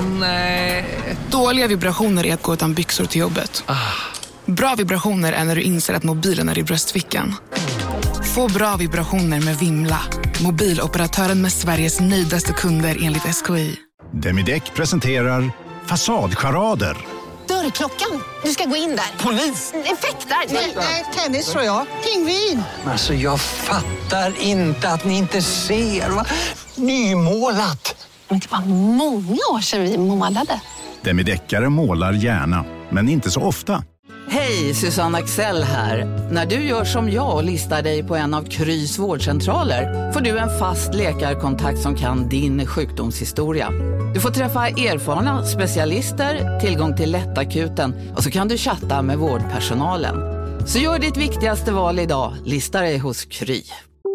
Nej. Dåliga vibrationer är att gå utan byxor till jobbet. Bra vibrationer är när du inser att mobilen är i bröstfickan. Få bra vibrationer med Vimla. Mobiloperatören med Sveriges nöjdaste kunder enligt SKI. Demideck presenterar Fasadcharader. Dörrklockan. Du ska gå in där. Polis? Effektar? Nej, tennis tror jag. Pingvin. Alltså jag fattar inte att ni inte ser. Va? Nymålat. Men det var många år sedan vi målade. Demideckare målar gärna, men inte så ofta. Hej, Susanne Axel här. När du gör som jag och listar dig på en av Krys vårdcentraler får du en fast läkarkontakt som kan din sjukdomshistoria. Du får träffa erfarna specialister, tillgång till lättakuten och så kan du chatta med vårdpersonalen. Så gör ditt viktigaste val idag, lista dig hos Kry.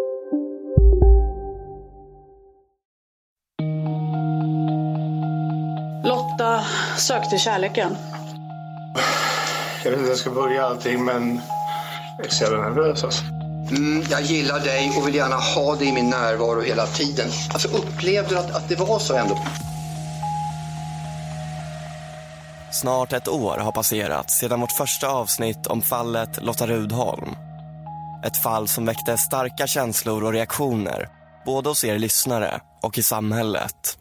Lotta sökte kärleken. Jag vet inte hur jag ska börja allting, men jag är så jävla nervös alltså. Jag gillar dig och vill gärna ha dig i min närvaro hela tiden. Alltså upplevde du att det var så ändå? Snart ett år har passerat sedan vårt första avsnitt om fallet Lotta Rudholm. Ett fall som väckte starka känslor och reaktioner, både hos er lyssnare och i samhället.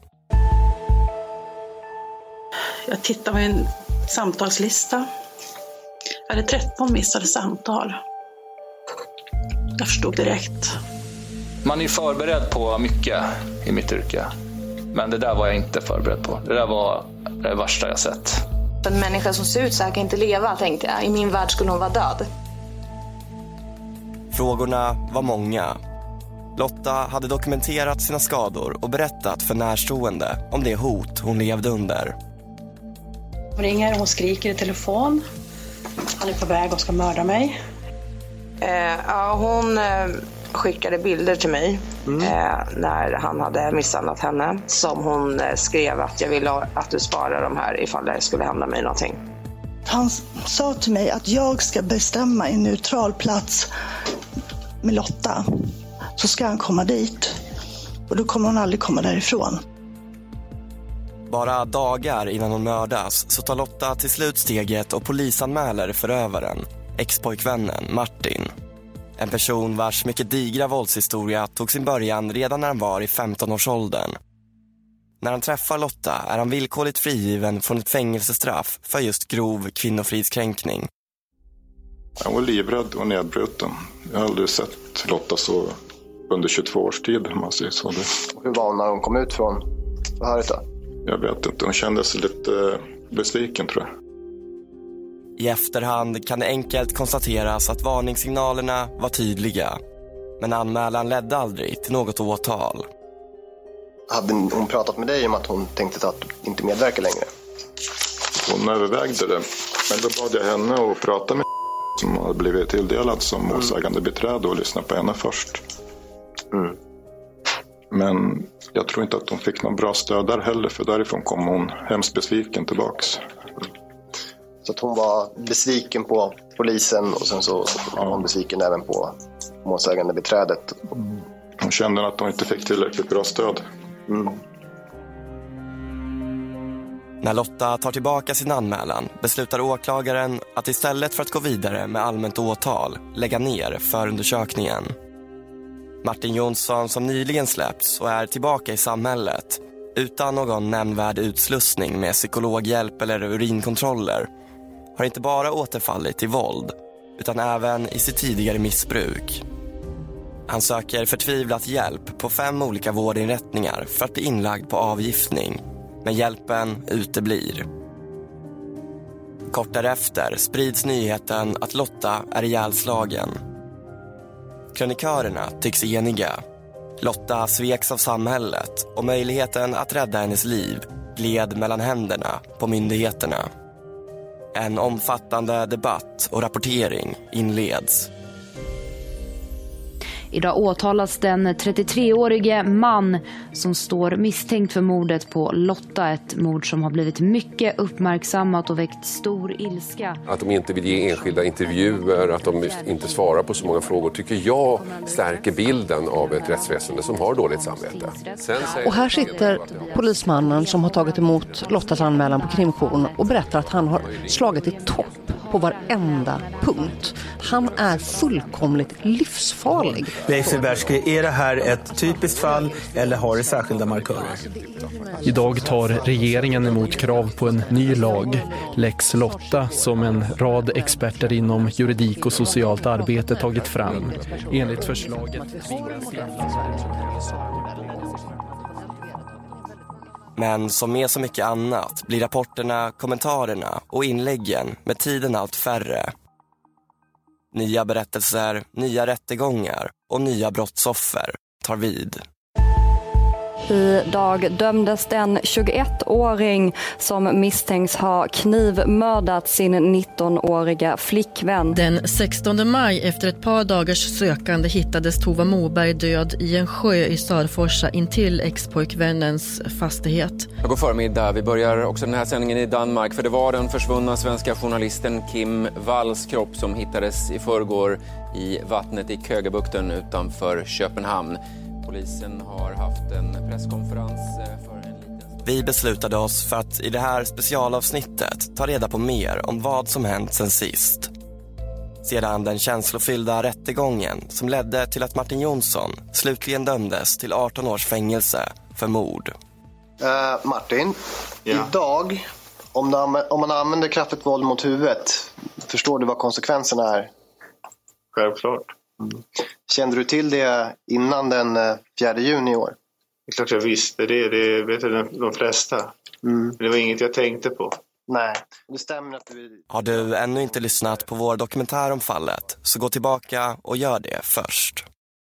Jag tittade på en samtalslista. Jag hade 13 missade samtal. Jag förstod direkt. Man är förberedd på mycket i mitt yrke. Men det där var jag inte förberedd på. Det där var det värsta jag sett. En människa som ser ut så här kan inte leva, tänkte jag. I min värld skulle hon vara död. Frågorna var många. Lotta hade dokumenterat sina skador och berättat för närstående om det hot hon levde under. Hon ringer, hon skriker i telefon. Han är på väg och ska mörda mig. Hon skickade bilder till mig när han hade misshandlat henne. Som hon skrev att jag ville att du sparar de här ifall det skulle hända mig någonting. Han sa till mig att jag ska bestämma en neutral plats med Lotta. Så ska han komma dit. Och då kommer hon aldrig komma därifrån. Bara dagar innan hon mördas så tar Lotta till slut steget och polisanmäler förövaren, expojkvännen Martin. En person vars mycket digra våldshistoria tog sin början redan när han var i 15-årsåldern. När han träffar Lotta är han villkorligt frigiven från ett fängelsestraff för just grov kvinnofridskränkning. Jag var livrädd och nedbruten. Jag har aldrig sett Lotta så under 22 års tid, om man säger så. Hur var hon när hon kom ut från förhöret då? Jag vet inte, hon kändes lite besviken tror jag. I efterhand kan det enkelt konstateras att varningssignalerna var tydliga. Men anmälan ledde aldrig till något åtal. Hade hon pratat med dig om att hon tänkte att inte medverka längre? Hon övervägde det. Men då bad jag henne att prata med som hade blivit tilldelad som målsägande beträde och lyssna på henne först. Men jag tror inte att hon fick någon bra stöd där heller, för därifrån kom hon hemskt besviken tillbaks. Så att hon var besviken på polisen och sen så var hon besviken även på målsägande beträdet. Hon kände att hon inte fick tillräckligt bra stöd. När Lotta tar tillbaka sin anmälan beslutar åklagaren att istället för att gå vidare med allmänt åtal lägga ner förundersökningen. Martin Jonsson, som nyligen släppts och är tillbaka i samhället utan någon nämnvärd utslussning med psykologhjälp eller urinkontroller, har inte bara återfallit i våld utan även i sitt tidigare missbruk. Han söker förtvivlat hjälp på 5 olika vårdinrättningar för att bli inlagd på avgiftning, men hjälpen uteblir. Kort därefter sprids nyheten att Lotta är ihjälslagen. Krönikörerna tycks eniga. Lotta sveks av samhället och möjligheten att rädda hennes liv gled mellan händerna på myndigheterna. En omfattande debatt och rapportering inleds. Idag åtalas den 33-årige man som står misstänkt för mordet på Lotta. Ett mord som har blivit mycket uppmärksammat och väckt stor ilska. Att de inte vill ge enskilda intervjuer, att de inte svarar på så många frågor tycker jag stärker bilden av ett rättsväsende som har dåligt samvete. Och här sitter polismannen som har tagit emot Lottas anmälan på krimjourn och berättar att han har slagit i topp på varenda punkt. Han är fullkomligt livsfarlig. Leif Silbersky, är det här ett typiskt fall eller har det särskilda markörer? Idag tar regeringen emot krav på en ny lag, Lex Lotta, som en rad experter inom juridik och socialt arbete tagit fram. Enligt förslaget tvingas Men som med så mycket annat blir rapporterna, kommentarerna och inläggen med tiden allt färre. Nya berättelser, nya rättegångar och nya brottsoffer tar vid. Idag dömdes en 21-åring som misstänks ha knivmördat sin 19-åriga flickvän. Den 16 maj efter ett par dagars sökande hittades Tova Moberg död i en sjö i Sörforsa intill expojkvännens fastighet. God förmiddag. Vi börjar också den här sändningen i Danmark för det var den försvunna svenska journalisten Kim Walls kropp som hittades i förrgår i vattnet i Kögebukten utanför Köpenhamn. Polisen har haft en presskonferens för en liten... Vi beslutade oss för att i det här specialavsnittet ta reda på mer om vad som hänt sen sist. Sedan den känslofyllda rättegången som ledde till att Martin Jonsson slutligen dömdes till 18 års fängelse för mord. Martin, idag, om man använder kraftigt våld mot huvudet, förstår du vad konsekvenserna är? Självklart. Kände du till det innan den 4 juni i år? Det är klart jag visste det vet de flesta. Det var inget jag tänkte på. Nej, det stämmer att du... Har du ännu inte lyssnat på vår dokumentär om fallet så gå tillbaka och gör det först.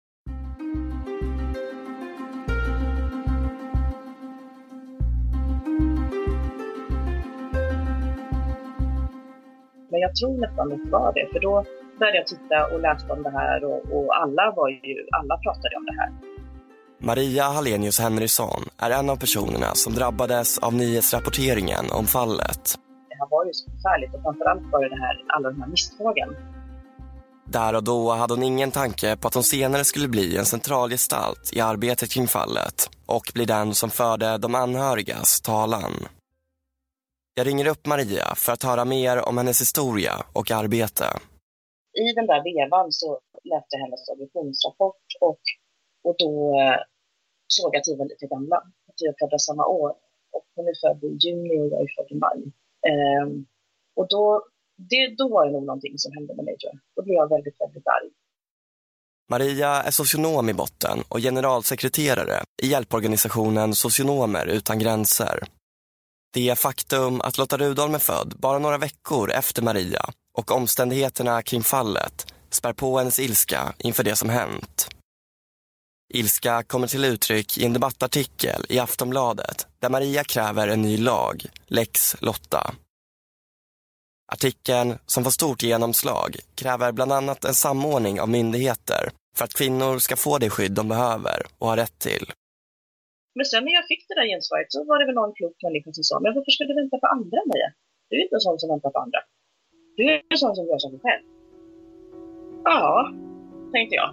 Men jag tror nästan det var det, för då började jag titta och läste om det här och alla pratade om det här. Maria Hallenius Henriksson är en av personerna som drabbades av nyhetsrapporteringen om fallet. Det här var ju så förfärligt och framförallt var det här, alla de här misstagen. Där och då hade hon ingen tanke på att hon senare skulle bli en central gestalt i arbetet kring fallet och bli den som förde de anhörigas talan. Jag ringer upp Maria för att höra mer om hennes historia och arbete. I den där vevan så läste jag hennes obduktionsrapport och då såg jag att vi var lite gamla. Att vi är födda samma år. Och hon är född i juni och jag är född i maj. Och då var det nog någonting som hände med mig, tror jag. Då blev jag väldigt, väldigt arg. Maria är socionom i botten och generalsekreterare i hjälporganisationen Socionomer utan gränser. Det faktum att Lotta Rudholm är född bara några veckor efter Maria och omständigheterna kring fallet spär på hennes ilska inför det som hänt. Ilska kommer till uttryck i en debattartikel i Aftonbladet där Maria kräver en ny lag, Lex Lotta. Artikeln, som får stort genomslag, kräver bland annat en samordning av myndigheter för att kvinnor ska få det skydd de behöver och har rätt till. Men sen när jag fick det där gensvaret så var det väl någon klok människa som sa, men varför ska du vänta på andra, Maria? Du är inte en sån som väntar på andra. Du är en sån som gör som dig själv. Ja, tänkte jag.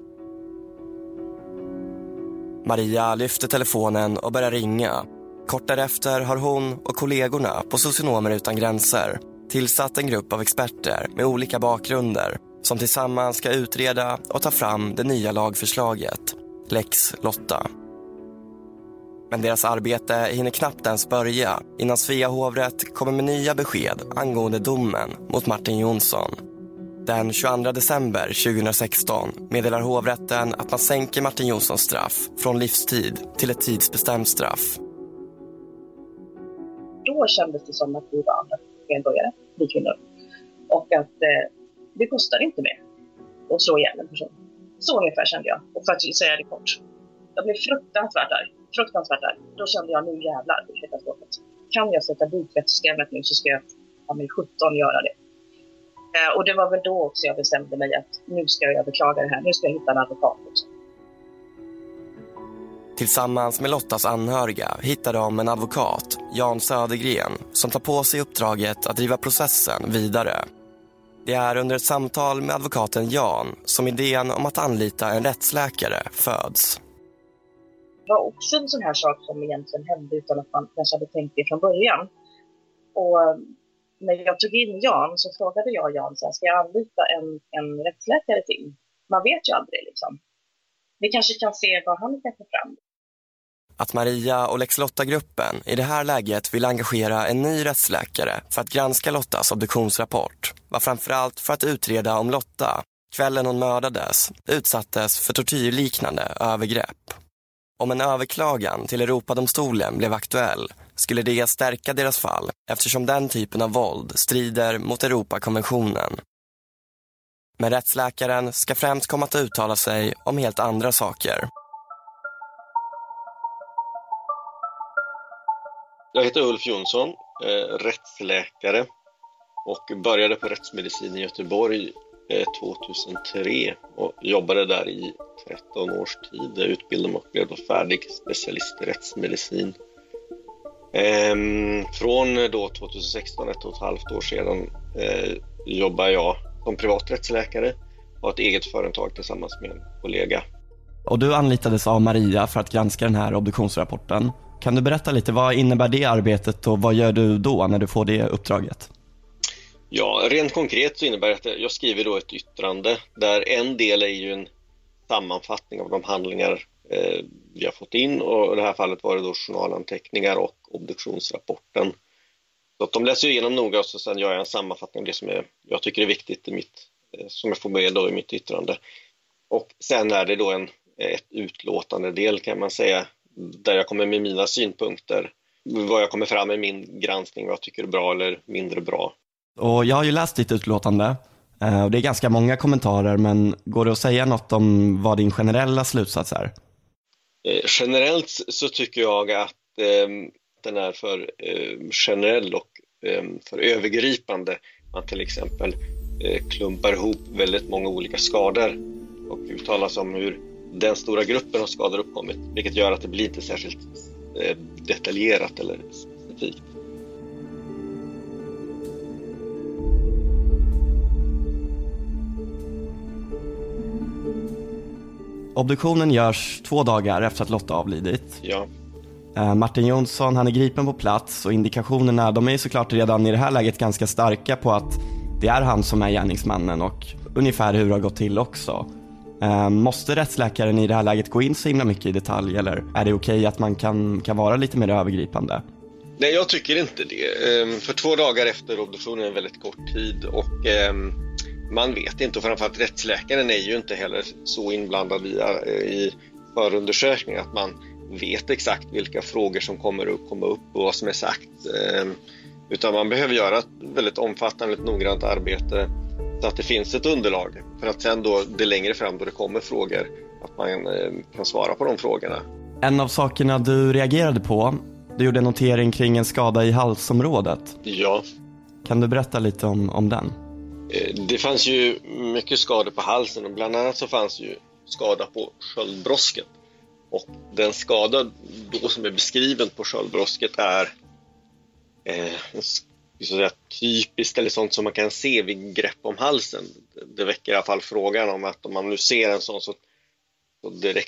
Maria lyfter telefonen och börjar ringa. Kort därefter har hon och kollegorna på Socionomer utan gränser tillsatt en grupp av experter med olika bakgrunder som tillsammans ska utreda och ta fram det nya lagförslaget, Lex Lotta. Men deras arbete hinner knappt ens börja innan Svea hovrätt kommer med nya besked angående domen mot Martin Jonsson. Den 22 december 2016 meddelar hovrätten att man sänker Martin Jonssons straff från livstid till ett tidsbestämt straff. Då kändes det som att vi var andra medborgare, vi kvinnor. Och att det kostar inte mer att slå ihjäl en person. Så ungefär kände jag. Och för att säga det kort. Jag blev fruktansvärt arg. Då kände jag, nu jävlar i katastrofet. Kan jag sätta dit rättssystemet nu så ska jag med 17 göra det. Och det var väl då också jag bestämde mig att nu ska jag överklaga det här. Nu ska jag hitta en advokat också. Tillsammans med Lottas anhöriga hittar de en advokat, Jan Södergren, som tar på sig uppdraget att driva processen vidare. Det är under ett samtal med advokaten Jan som idén om att anlita en rättsläkare föds. Det var också en sån här sak som egentligen hände utan att man kanske hade tänkt det från början. Och när jag tog in Jan så frågade jag Jan, så här, ska jag anlita en rättsläkare till? Man vet ju aldrig liksom. Vi kanske kan se vad han kan få fram. Att Maria och Lex Lotta-gruppen i det här läget vill engagera en ny rättsläkare för att granska Lottas obduktionsrapport var framförallt för att utreda om Lotta, kvällen hon mördades, utsattes för tortyrliknande övergrepp. Om en överklagan till Europadomstolen blev aktuell skulle det stärka deras fall eftersom den typen av våld strider mot Europakonventionen. Men rättsläkaren ska främst komma att uttala sig om helt andra saker. Jag heter Ulf Jonsson, rättsläkare och började på rättsmedicin i Göteborg 2003 och jobbade där i 13 års tid. Jag utbildade mig och blev då färdig specialist i rättsmedicin. Från då 2016, 1,5 år sedan, jobbar jag som privaträttsläkare och har ett eget företag tillsammans med en kollega. Och du anlitades av Maria för att granska den här obduktionsrapporten. Kan du berätta lite, vad innebär det arbetet och vad gör du då när du får det uppdraget? Ja, rent konkret så innebär det att jag skriver då ett yttrande där en del är ju en sammanfattning av de handlingar vi har fått in, och i det här fallet var det då journalanteckningar och obduktionsrapporten. Så att de läser igenom noga och så sen gör jag en sammanfattning av det som jag tycker är viktigt som jag får med då i mitt yttrande. Och sen är det då ett utlåtande del kan man säga, där jag kommer med mina synpunkter, vad jag kommer fram med min granskning, vad jag tycker är bra eller mindre bra. Och jag har ju läst ditt utlåtande och det är ganska många kommentarer, men går det att säga något om vad din generella slutsats är? Generellt så tycker jag att den är för generell och för övergripande. Man till exempel klumpar ihop väldigt många olika skador och uttalas om hur den stora gruppen av skador uppkommit, vilket gör att det blir inte särskilt detaljerat eller specifikt. Obduktionen görs 2 dagar efter att Lotta avlidit. Ja. Martin Jonsson, han är gripen på plats och indikationerna, de är såklart redan i det här läget ganska starka på att det är han som är gärningsmannen och ungefär hur det har gått till också. Måste rättsläkaren i det här läget gå in så himla mycket i detalj, eller är det okej att man kan vara lite mer övergripande? Nej, jag tycker inte det. För 2 dagar efter obduktionen är en väldigt kort tid och man vet inte, och framförallt rättsläkaren är ju inte heller så inblandad i förundersökningen att man vet exakt vilka frågor som kommer upp och vad som är sagt. Utan man behöver göra ett väldigt omfattande, noggrant arbete så att det finns ett underlag för att sen då det längre fram då det kommer frågor att man kan svara på de frågorna. En av sakerna du reagerade på, du gjorde en notering kring en skada i halsområdet. Ja. Kan du berätta lite om den? Det fanns ju mycket skador på halsen och bland annat så fanns ju skada på sköldbrosket. Och den skada då som är beskriven på sköldbrosket är typiskt eller sånt som man kan se vid grepp om halsen. Det väcker i alla fall frågan om att om man nu ser en sån så direkt.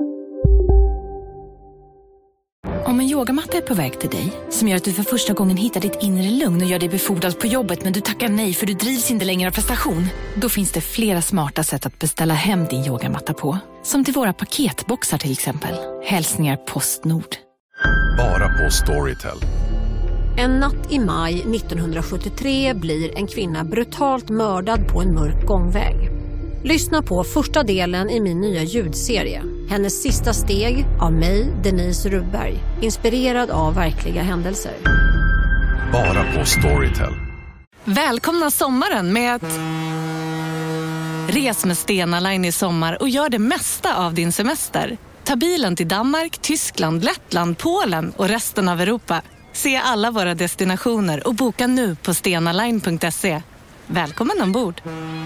Om en yogamatta är på väg till dig, som gör att du för första gången hittar ditt inre lugn och gör dig befordrad på jobbet men du tackar nej för du drivs inte längre av prestation. Då finns det flera smarta sätt att beställa hem din yogamatta på. Som till våra paketboxar till exempel. Hälsningar Postnord. Bara på Storytel. En natt i maj 1973 blir en kvinna brutalt mördad på en mörk gångväg. Lyssna på första delen i min nya ljudserie. Hennes sista steg av mig, Denise Rubberg. Inspirerad av verkliga händelser. Bara på Storytel. Välkomna sommaren med att... Res med Stena Line i sommar och gör det mesta av din semester. Ta bilen till Danmark, Tyskland, Lettland, Polen och resten av Europa. Se alla våra destinationer och boka nu på stenaline.se. Välkommen ombord!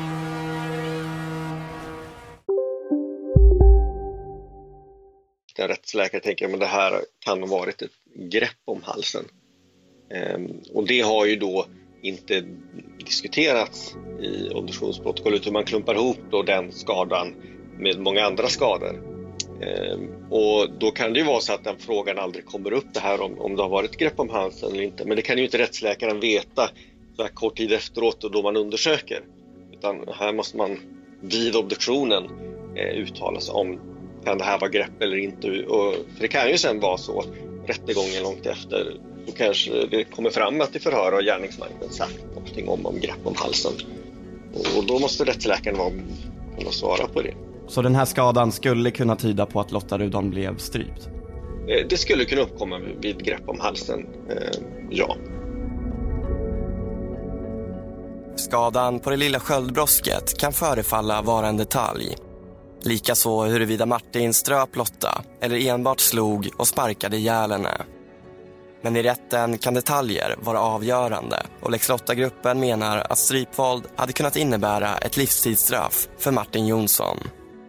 En rättsläkare tänker att det här kan ha varit ett grepp om halsen. Och det har ju då inte diskuterats i obduktionsprotokollet hur man klumpar ihop då den skadan med många andra skador. Och då kan det ju vara så att den frågan aldrig kommer upp, det här om det har varit grepp om halsen eller inte. Men det kan ju inte rättsläkaren veta så här kort tid efteråt och då man undersöker. Utan här måste man vid obduktionen uttala sig om kan det här vara grepp eller inte. Och för det kan ju sen vara så, rättegången långt efter, då kanske det kommer fram att i förhör har gärningsmannen sagt någonting om grepp om halsen. Och då måste rättsläkaren kunna svara på det. Så den här skadan skulle kunna tyda på att Lotta Rudolph blev strypt? Det skulle kunna uppkomma vid grepp om halsen, ja. Skadan på det lilla sköldbrosket kan förefalla vara en detalj. Likaså huruvida Martin ströp Lotta eller enbart slog och sparkade ihjäl henne. Men i rätten kan detaljer vara avgörande och Lex Lotta-gruppen menar att strypvåld hade kunnat innebära ett livstidsstraff för Martin Jonsson.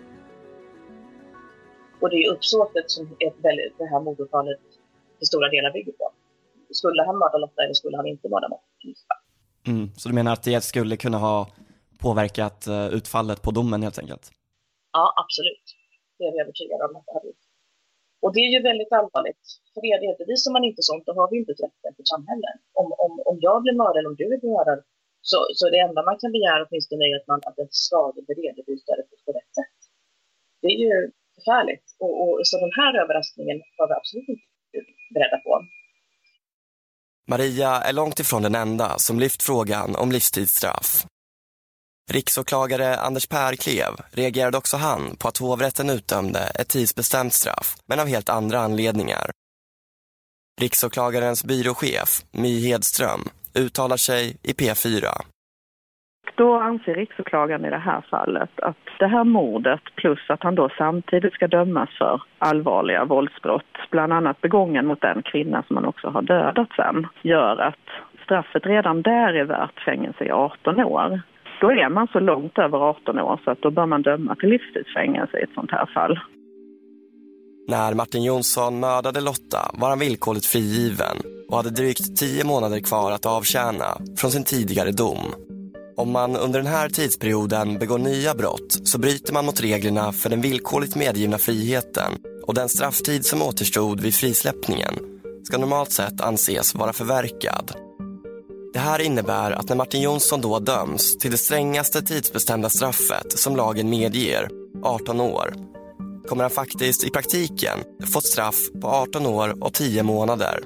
Och det är uppsåtet som det här mordåtalet till stora delar bygger på. Skulle han mörda Lotta eller skulle han inte mörda Lotta? Så du menar att det skulle kunna ha påverkat utfallet på domen helt enkelt? Ja, absolut. Det är vi övertygade om att det hade. Och det är ju väldigt allvarligt. För det bevisar man inte sånt, då har vi inte ett rättssäkert samhälle. Om jag blir mördad eller om du är mördad, så det enda man kan begära åtminstone är att en skada blir redovisad på rätt sätt. Det är ju förfärligt. Och så den här överraskningen var vi absolut inte beredda på. Maria är långt ifrån den enda som lyft frågan om livstidsstraff. Riksåklagare Anders Perklev reagerade också han på att hovrätten utdömde ett tidsbestämt straff, men av helt andra anledningar. Riksåklagarens byråchef, My Hedström, uttalar sig i P4. Då anser riksåklagaren i det här fallet att det här mordet plus att han då samtidigt ska dömas för allvarliga våldsbrott, bland annat begången mot den kvinna som man också har dödat sen, gör att straffet redan där är värt fängelse i 18 år. Då är man så långt över 18 år så att då bör man döma till livstidsfängelse i ett sånt här fall. När Martin Jonsson mördade Lotta var han villkorligt frigiven och hade drygt 10 månader kvar att avtjäna från sin tidigare dom. Om man under den här tidsperioden begår nya brott så bryter man mot reglerna för den villkorligt medgivna friheten och den strafftid som återstod vid frisläppningen ska normalt sett anses vara förverkad. Det här innebär att när Martin Jonsson då döms till det strängaste tidsbestämda straffet som lagen medger, 18 år, kommer han faktiskt i praktiken få straff på 18 år och 10 månader.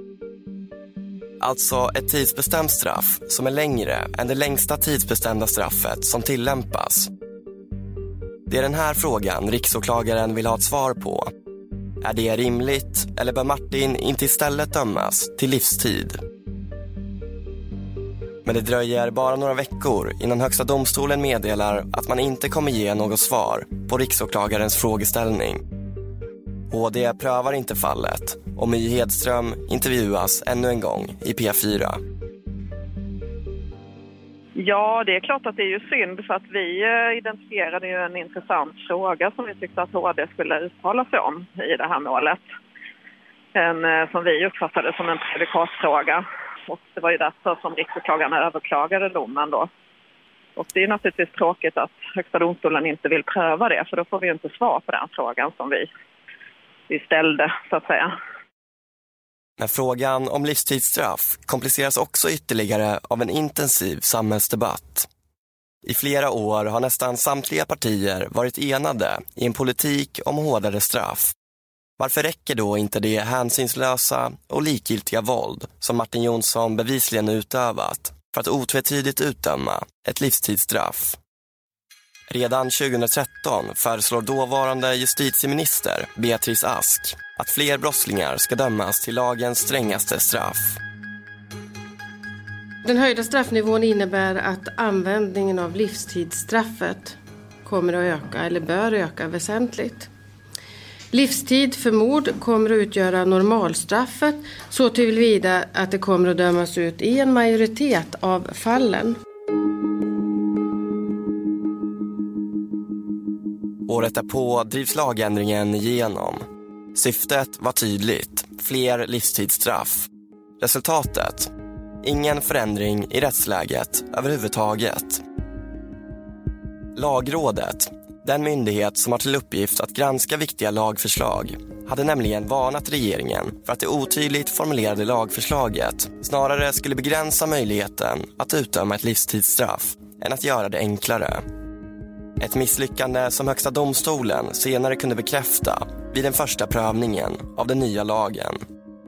Alltså ett tidsbestämt straff som är längre än det längsta tidsbestämda straffet som tillämpas. Det är den här frågan riksåklagaren vill ha ett svar på. Är det rimligt eller bör Martin inte istället dömas till livstid? Men det dröjer bara några veckor innan Högsta domstolen meddelar att man inte kommer ge något svar på riksåklagarens frågeställning. HD prövar inte fallet och My Hedström intervjuas ännu en gång i P4. Ja, det är klart att det är ju synd för att vi identifierade ju en intressant fråga som vi tyckte att HD skulle uttala sig om i det här målet. Som vi uppfattade som en prejudikatsfråga. Och det var ju därför som riksåklagarna överklagade domen då. Och det är naturligtvis tråkigt att Högsta domstolen inte vill pröva det, för då får vi inte svar på den frågan som vi ställde, så att säga. Men frågan om livstidsstraff kompliceras också ytterligare av en intensiv samhällsdebatt. I flera år har nästan samtliga partier varit enade i en politik om hårdare straff. Varför räcker då inte det hänsynslösa och likgiltiga våld som Martin Jonsson bevisligen utövat för att otvetydigt utdöma ett livstidsstraff? Redan 2013 föreslår dåvarande justitieminister Beatrice Ask att fler brottslingar ska dömas till lagens strängaste straff. Den höjda straffnivån innebär att användningen av livstidsstraffet kommer att öka eller bör öka väsentligt. Livstid för mord kommer att utgöra normalstraffet så tillvida att det kommer att dömas ut i en majoritet av fallen. Året därpå drivs lagändringen igenom. Syftet var tydligt, fler livstidsstraff. Resultatet? Ingen förändring i rättsläget överhuvudtaget. Lagrådet, den myndighet som har till uppgift att granska viktiga lagförslag, hade nämligen varnat regeringen för att det otydligt formulerade lagförslaget snarare skulle begränsa möjligheten att utdöma ett livstidsstraff än att göra det enklare. Ett misslyckande som Högsta domstolen senare kunde bekräfta vid den första prövningen av den nya lagen.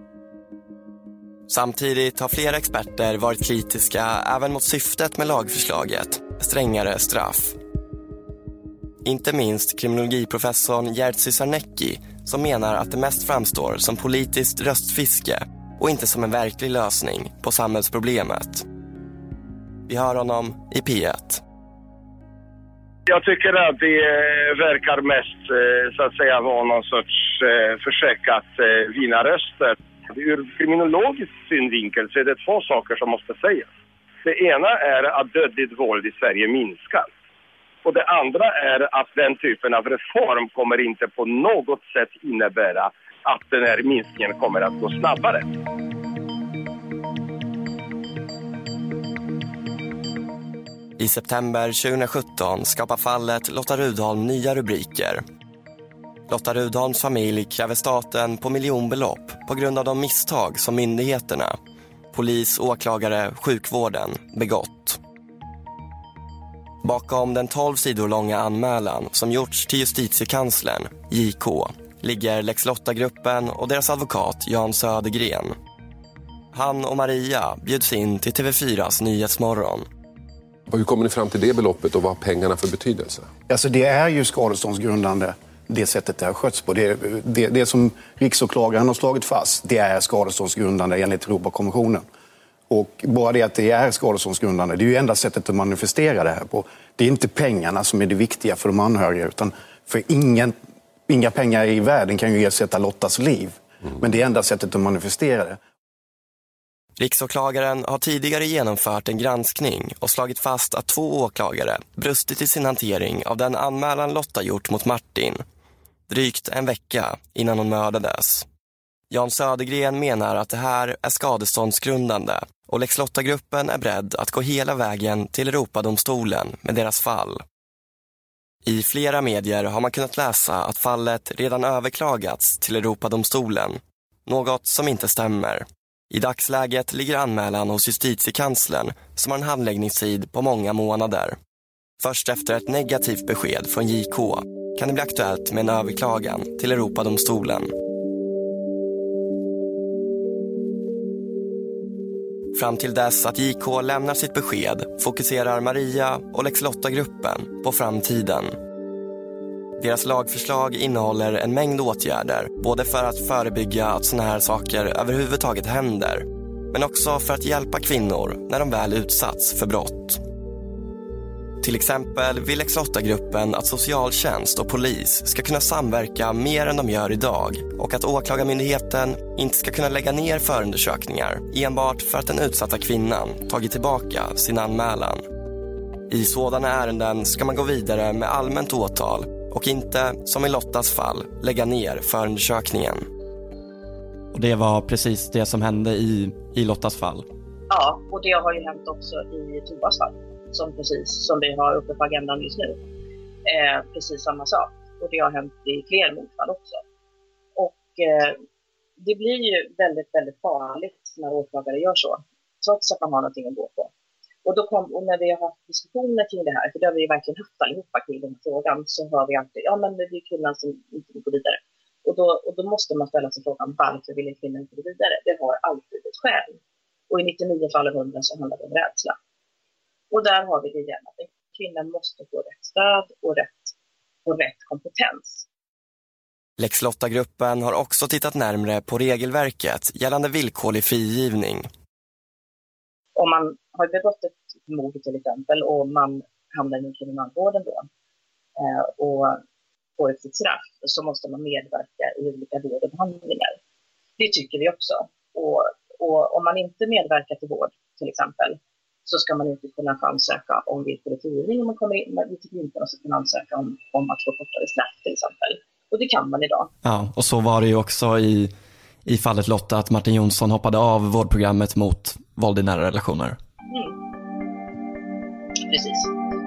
Samtidigt har flera experter varit kritiska även mot syftet med lagförslaget, strängare straff. Inte minst kriminologiprofessorn Jerzy Sarnecki, som menar att det mest framstår som politiskt röstfiske och inte som en verklig lösning på samhällsproblemet. Vi hör honom i P1. Jag tycker att det verkar mest så att säga vara någon sorts försök att vinna röster. Ur kriminologisk synvinkel så är det två saker som måste sägas. Det ena är att dödligt våld i Sverige minskar. Och det andra är att den typen av reform kommer inte på något sätt innebära att den här minskningen kommer att gå snabbare. I september 2017 skapar fallet Lotta Rudholm nya rubriker. Lotta Rudholms familj kräver staten på miljonbelopp på grund av de misstag som myndigheterna, polis, åklagare, sjukvården begått. Bakom den 12 sidor långa anmälan som gjorts till justitiekanslern, JK, ligger Lex Lotta-gruppen och deras advokat Jan Södergren. Han och Maria bjuds in till TV4s Nyhetsmorgon. Hur kommer ni fram till det beloppet och vad har pengarna för betydelse? Alltså det är ju skadeståndsgrundande, det sättet det har skötts på. Det som riksåklagaren har slagit fast, det är skadeståndsgrundande enligt Europakonventionen. Och bara det att det är skadeståndsgrundande, det är ju enda sättet att manifestera det här på. Det är inte pengarna som är det viktiga för de anhöriga, utan för inga pengar i världen kan ju ersätta Lottas liv. Men det är enda sättet att manifestera det. Riksåklagaren har tidigare genomfört en granskning och slagit fast att 2 åklagare brustit i sin hantering av den anmälan Lotta gjort mot Martin. Drygt en vecka innan hon mördades. Jan Södergren menar att det här är skadeståndsgrundande och Lex Lotta-gruppen är beredd att gå hela vägen till Europadomstolen med deras fall. I flera medier har man kunnat läsa att fallet redan överklagats till Europadomstolen, något som inte stämmer. I dagsläget ligger anmälan hos justitiekanslern som har en handläggningstid på många månader. Först efter ett negativt besked från JK kan det bli aktuellt med en överklagan till Europadomstolen. Fram till dess att JK lämnar sitt besked fokuserar Maria och Lex Lotta-gruppen på framtiden. Deras lagförslag innehåller en mängd åtgärder, både för att förebygga att såna här saker överhuvudtaget händer, men också för att hjälpa kvinnor när de väl utsatts för brott. Till exempel vill Lex Lotta-gruppen att socialtjänst och polis ska kunna samverka mer än de gör idag och att åklagarmyndigheten inte ska kunna lägga ner förundersökningar enbart för att den utsatta kvinnan tagit tillbaka sin anmälan. I sådana ärenden ska man gå vidare med allmänt åtal och inte, som i Lottas fall, lägga ner förundersökningen. Och det var precis det som hände i Lottas fall? Ja, och det har ju hänt också i Tovas fall. Som vi har uppe på agendan just nu. Precis samma sak. Och det har hänt i fler mordfall också. Och det blir ju väldigt, väldigt farligt när åklagare gör så. Trots att man har någonting att gå på. Och när vi har haft diskussioner kring det här, för det har vi verkligen haft allihopa kring den här frågan, så hör vi alltid, ja men det är kvinnan som inte vill gå vidare. Och då måste man ställa sig frågan, varför vill en kvinna inte gå vidare? Det har alltid ett skäl. Och i 99 fall av 100 så handlar det om rädsla. Och där har vi det igen, att en kvinna måste få rätt stöd och rätt kompetens. Lex Lotta-gruppen har också tittat närmare på regelverket gällande villkorlig frigivning. Om man har begått ett mord till exempel och man hamnar i kriminalvården då och får ett straff, så måste man medverka i olika vård och behandlingar. Det tycker vi också. Och om man inte medverkar till vård till exempel, så ska man inte kunna ansöka om villkorlig frigivning om man kommer in. Man inte ska kunna ansöka om att få kortare straff till exempel. Och det kan man idag. Ja, och så var det ju också i fallet Lotta att Martin Jonsson hoppade av vårdprogrammet mot våld i nära relationer. Precis.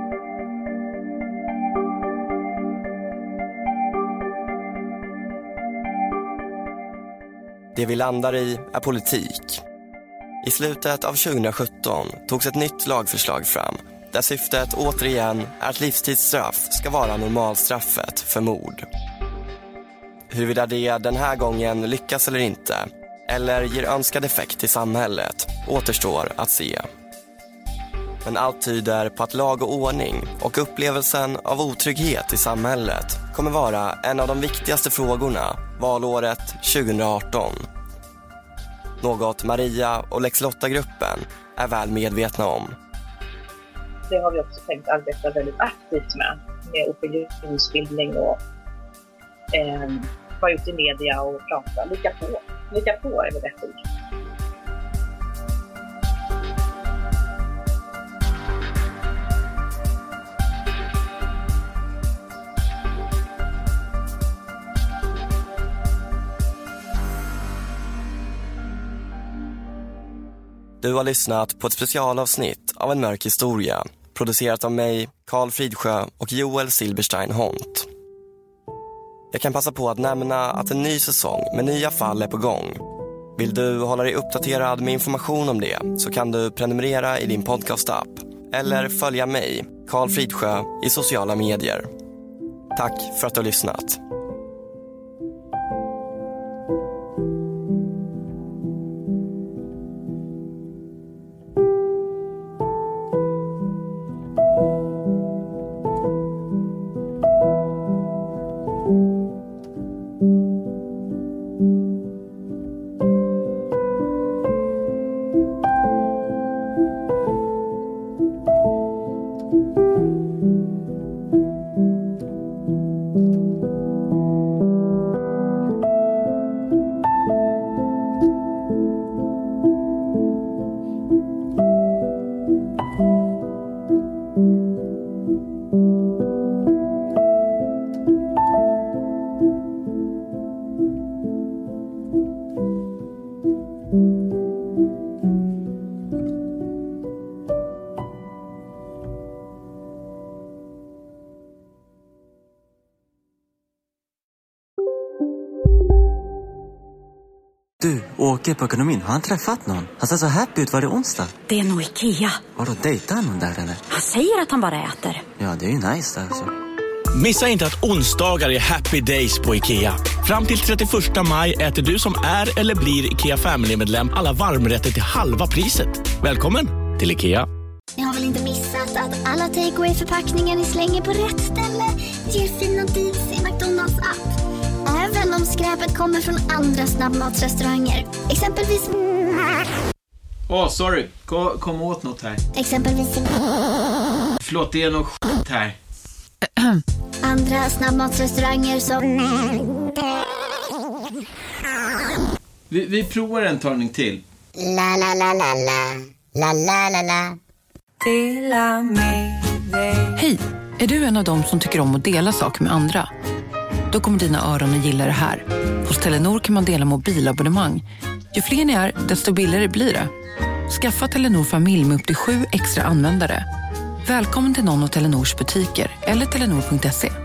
Det vi landar i är politik. I slutet av 2017 togs ett nytt lagförslag fram där syftet återigen är att livstidsstraff ska vara normalstraffet för mord. Huruvida det den här gången lyckas eller inte, eller ger önskad effekt i samhället, återstår att se. Men allt tyder på att lag och ordning och upplevelsen av otrygghet i samhället kommer vara en av de viktigaste frågorna valåret 2018. Något Maria och Lex Lotta-gruppen är väl medvetna om. Det har vi också tänkt arbeta väldigt aktivt med opinionsbildning och vara ute i media och prata. Lika på är väl rätt ord. Du har lyssnat på ett specialavsnitt av En mörk historia, producerat av mig, Carl Fridsjö och Joel Silberstein Hont. Jag kan passa på att nämna att en ny säsong med nya fall är på gång. Vill du hålla dig uppdaterad med information om det så kan du prenumerera i din podcast-app eller följa mig, Carl Fridsjö, i sociala medier. Tack för att du har lyssnat. Du, Åke på ekonomin, har han träffat någon? Han ser så happy ut, var det onsdag? Det är nog Ikea. Vadå, dejtar han någon där eller? Han säger att han bara äter. Ja, det är ju nice där alltså. Missa inte att onsdagar är happy days på Ikea. Fram till 31 maj äter du som är eller blir Ikea Family-medlem alla varmrätter till halva priset. Välkommen till Ikea. Ni har väl inte missat att alla takeaway-förpackningar ni slänger på rätt ställe ger fina deals i McDonalds app. Även om skräpet kommer från andra snabbmatsrestauranger. Exempelvis... sorry. Kom åt något här. Exempelvis... Förlåt, det är något skit här. Andra snabbmatsrestauranger som... Vi provar en talning till. La la la la la. La la la la. Dela med dig. Hej, är du en av dem som tycker om att dela saker med andra? Då kommer dina öron att gilla det här. Hos Telenor kan man dela mobilabonnemang. Ju fler ni är, desto billigare blir det. Skaffa Telenor familj med upp till 7 extra användare. Välkommen till någon av Telenors butiker eller telenor.se.